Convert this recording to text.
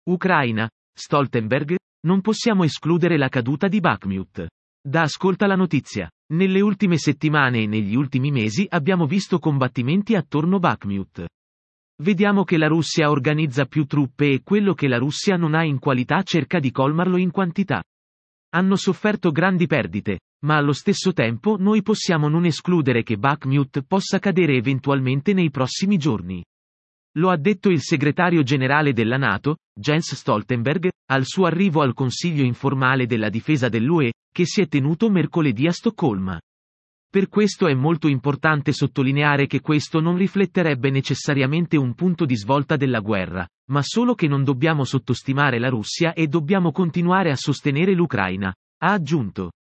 Ucraina, Stoltenberg, non possiamo escludere la caduta di Bakhmut. Ascolta la notizia. Nelle ultime settimane e negli ultimi mesi abbiamo visto combattimenti attorno Bakhmut. Vediamo che la Russia organizza più truppe e quello che la Russia non ha in qualità cerca di colmarlo in quantità. Hanno sofferto grandi perdite, ma allo stesso tempo noi possiamo non escludere che Bakhmut possa cadere eventualmente nei prossimi giorni. Lo ha detto il segretario generale della NATO, Jens Stoltenberg, al suo arrivo al Consiglio informale della difesa dell'UE, che si è tenuto mercoledì a Stoccolma. Per questo è molto importante sottolineare che questo non rifletterebbe necessariamente un punto di svolta della guerra, ma solo che non dobbiamo sottostimare la Russia e dobbiamo continuare a sostenere l'Ucraina, ha aggiunto.